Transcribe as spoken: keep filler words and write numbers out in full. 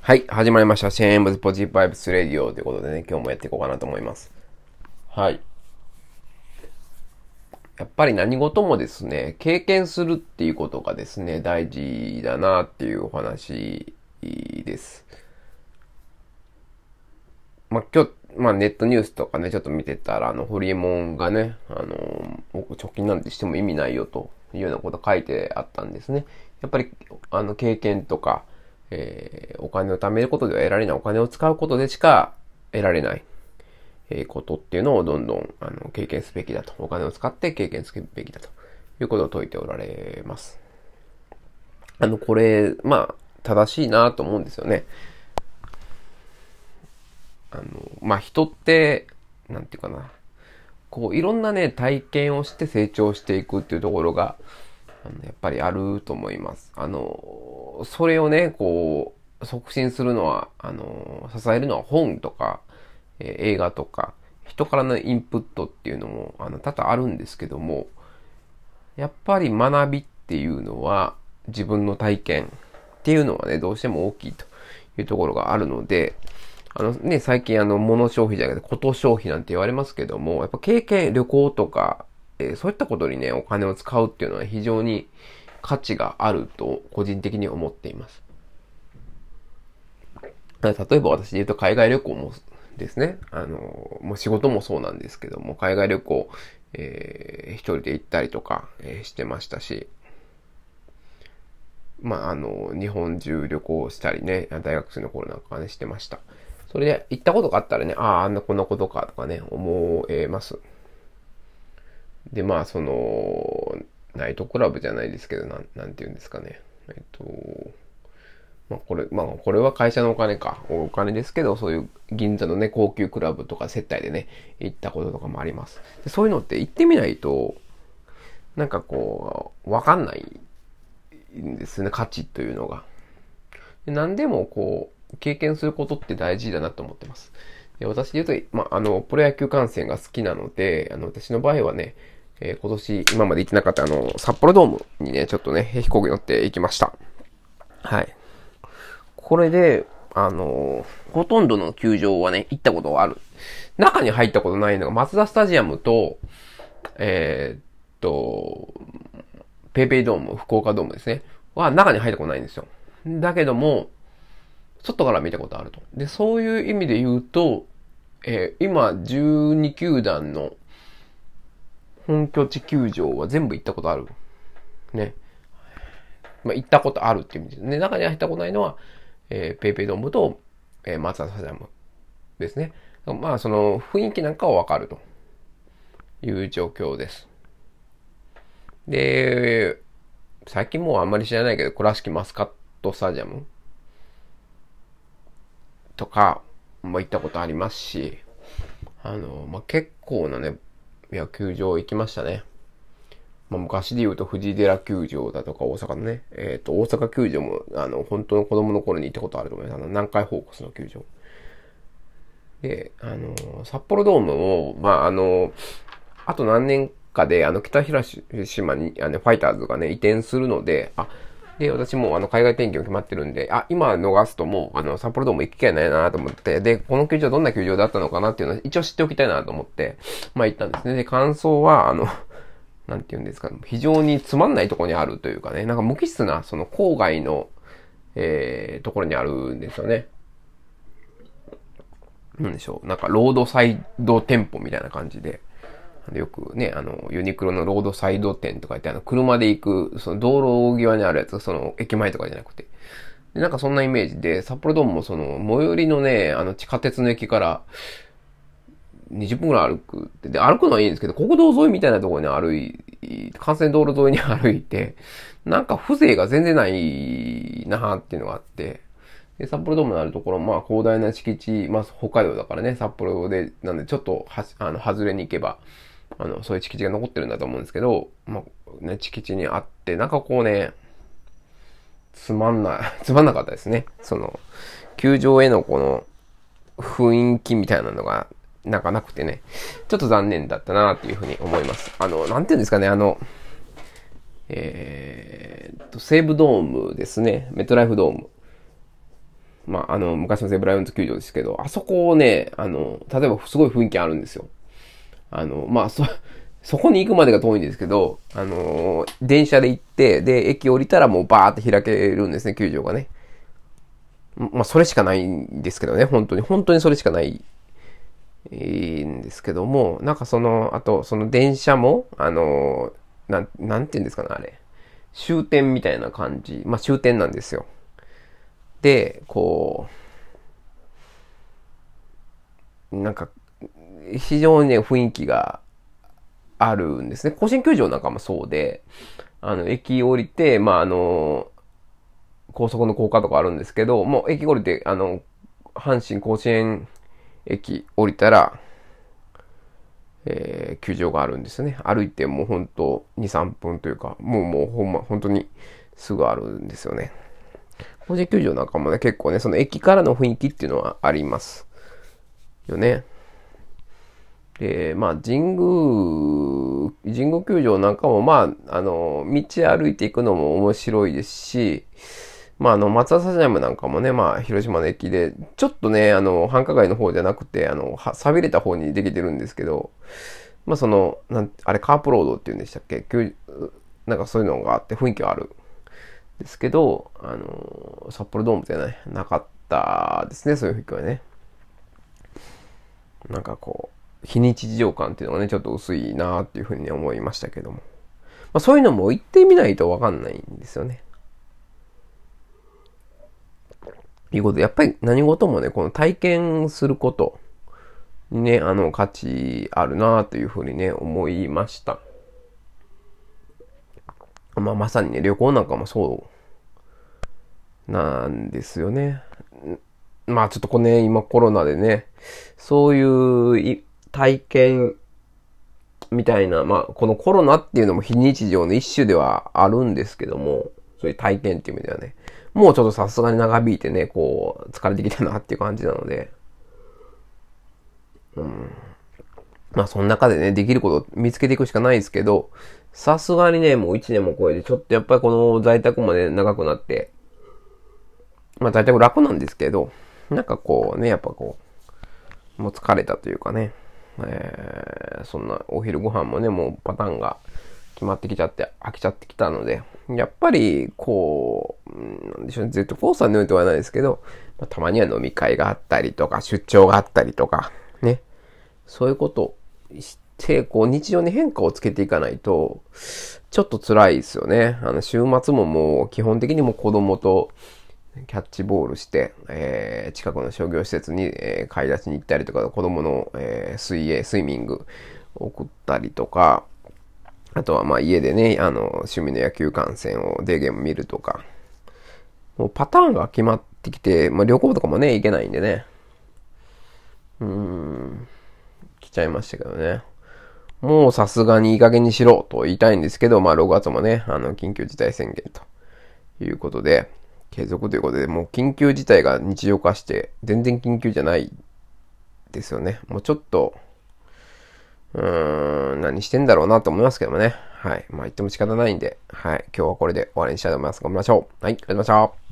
はい、始まりました。シェーンブズポジティブバイブスレディオということでね、今日もやっていこうかなと思います。はい。やっぱり何事もですね、経験するっていうことがですね、大事だなっていうお話です。まあ、今日、まあ、ネットニュースとかね、ちょっと見てたら、あの、ホリエモンがね、あの、僕貯金なんてしても意味ないよというようなこと書いてあったんですね。やっぱり、あの、経験とか、えー、お金を貯めることでは得られない、お金を使うことでしか得られない、えー、ことっていうのをどんどん、あの、経験すべきだと。お金を使って経験すべきだということを説いておられます。あの、これ、まあ、正しいなと思うんですよね。あの、まあ、人って、なんていうかな。こう、いろんなね、体験をして成長していくっていうところが、あのやっぱりあると思います。あの、それをね、こう、促進するのは、あの、支えるのは本とか、えー映画とか、人からのインプットっていうのも、あの、多々あるんですけども、やっぱり学びっていうのは、自分の体験っていうのはね、どうしても大きいというところがあるので、あのね、最近あの、物消費じゃなくて、こと消費なんて言われますけども、やっぱ経験、旅行とか、えーそういったことにね、お金を使うっていうのは非常に価値があると、個人的に思っています。例えば私で言うと海外旅行もですね、あの、もう仕事もそうなんですけども、海外旅行、えー、一人で行ったりとか、えーしてましたし、まあ、あの、日本中旅行したりね、大学生の頃なんかはね、してました。それで行ったことがあったらね、ああ、あんなこんなことかとかね、思えます。で、まあ、その、ナイトクラブじゃないですけど、なん、なんて言うんですかね。えっと、まあ、これ、まあ、これは会社のお金か。お金ですけど、そういう銀座のね、高級クラブとか接待でね、行ったこととかもあります。でそういうのって行ってみないと、なんかこう、わかんないんですね、価値というのが。で何でもこう、経験することって大事だなと思ってます。で私で言うと、まあ、あの、プロ野球観戦が好きなので、あの、私の場合はね、えー今年、今まで行ってなかったあの、札幌ドームにね、ちょっとね、飛行機乗って行きました。はい。これで、あのーほとんどの球場はね、行ったことがある。中に入ったことないのが、マツダスタジアムと、えーっと、ペイペイドーム、福岡ドームですね。は、中に入ったことないんですよ。だけども、外から見たことあると。で、そういう意味で言うと、えー今、じゅうに球団の本拠地球場は全部行ったことある。ね。まあ、行ったことあるっていう意味ですね。中に入ったことないのは、えー、ペイペイドームと、えー、マツダスタジアムですね。まあ、その雰囲気なんかはわかるという状況です。で、最近もうあんまり知らないけど、倉敷マスカットスタジアムとかも行ったことありますし、あの、まあ、結構なね、野球場行きましたね。まあ、昔で言うと藤井寺球場だとか大阪のね、えっ、と、大阪球場も、あの、本当の子供の頃に行ったことあると思います。あの、南海ホークスの球場。で、あの、札幌ドームを、まあ、あの、あと何年かで、あの、北広島に、あの、ファイターズがね、移転するので、あ、で、私も、あの、海外転勤も決まってるんで、あ、今逃すともう、あの、札幌ドーム行く機会ないなと思って、で、この球場どんな球場だったのかなっていうのを一応知っておきたいなと思って、まあ行ったんですね。で、感想は、あの、なんて言うんですか、非常につまんないところにあるというかね、なんか無機質な、その郊外の、えー、ところにあるんですよね。なんでしょう。なんかロードサイド店舗みたいな感じで。よくね、あの、ユニクロのロードサイド店とか言って、あの、車で行く、その道路際にあるやつ、その、駅前とかじゃなくて。でなんかそんなイメージで、札幌ドームもその、最寄りのね、あの、地下鉄の駅からにじゅっぷんくらい歩くって。で、歩くのはいいんですけど、国道沿いみたいなところに歩い、幹線道路沿いに歩いて、なんか風情が全然ないなーっていうのがあって、で、札幌ドームのあるところ、まあ、広大な敷地、まあ、北海道だからね、札幌で、なんで、ちょっと、は、あの、外れに行けば、あの、そういう敷地が残ってるんだと思うんですけど、まあ、ね、敷地にあって、なんかこうね、つまんない、つまんなかったですね。その、球場へのこの、雰囲気みたいなのが、なんかなくてね、ちょっと残念だったなっていうふうに思います。あの、なんていうんですかね、あの、えーっと、西武ドームですね、メットライフドーム。 まあ、あの、昔の西武ライオンズ球場ですけど、あそこをね、あの、例えばすごい雰囲気あるんですよ。あの、まあ、そ、そこに行くまでが遠いんですけど、あのー電車で行って、で、駅降りたらもうバーって開けるんですね、球場がね。まあ、それしかないんですけどね、本当に。本当にそれしかないいんですけども、なんかその、あと、その電車も、あのーなん、なんて言うんですかね、あれ。終点みたいな感じ。まあ、終点なんですよ。で、こう、なんか、非常にね、雰囲気があるんですね。甲子園球場なんかもそうで、あの、駅降りて、まあ、あの、高速の高架とかあるんですけど、もう駅降りて、あの、阪神甲子園駅降りたら、えー、球場があるんですよね。歩いてもうほんとに、さんぷんというか、もうもうほんま、本当にすぐあるんですよね。甲子園球場なんかもね、結構ね、その駅からの雰囲気っていうのはありますよね。で、まあ、神宮、神宮球場なんかも、まあ、あの、道歩いていくのも面白いですし、まあ、あの、松田スタジアムなんかもね、まあ、広島の駅で、ちょっとね、あの、繁華街の方じゃなくて、あの、は、錆びれた方にできてるんですけど、まあ、その、なん、あれ、カープロードって言うんでしたっけ？なんかそういうのがあって、雰囲気はある。ですけど、あの、札幌ドームじゃない、なかったですね、そういう雰囲気はね。なんかこう、非日常感っていうのがね、ちょっと薄いなっていうふうに、ね、思いましたけども。まあ、そういうのも行ってみないとわかんないんですよね。いうことで、やっぱり何事もね、この体験することにね、あの、価値あるなというふうにね、思いました。まあ、まさにね、旅行なんかもそうなんですよね。まあ、ちょっとこれね、今コロナでね、そういう体験みたいな、まあ、このコロナっていうのも非日常の一種ではあるんですけども、そういう体験っていう意味ではね、もうちょっとさすがに長引いてね、こう、疲れてきたなっていう感じなので、うん。まあ、その中でね、できることを見つけていくしかないですけど、さすがにね、もう一年も超えて、ちょっとやっぱりこの在宅まで長くなって、まあ在宅楽なんですけど、なんかこうね、やっぱこう、もう疲れたというかね、えー、そんなお昼ご飯もね、もうパターンが決まってきちゃって、飽きちゃってきたので、やっぱり、こう、なんでしょうね、ジェットコースターのようではないですけど、まあ、たまには飲み会があったりとか、出張があったりとか、ね、そういうことをして、こう、日常に変化をつけていかないと、ちょっと辛いですよね。あの、週末ももう、基本的にもう子供と、キャッチボールして、えー、近くの商業施設に、えー、買い出しに行ったりとか、子供の、えー、水泳、スイミング送ったりとか、あとはまあ家でね、あの、趣味の野球観戦をデーゲーム見るとか、もうパターンが決まってきて、まあ旅行とかもね、行けないんでね、うーん、来ちゃいましたけどね。もうさすがにいい加減にしろと言いたいんですけど、まあろくがつもね、あの、緊急事態宣言ということで、継続ということで、もう緊急事態が日常化して、全然緊急じゃないですよね。もうちょっと、うーん、何してんだろうなと思いますけどもね。はい。まあ言っても仕方ないんで、はい。今日はこれで終わりにしたいと思います。頑張りましょう。はい。ありがとうございました。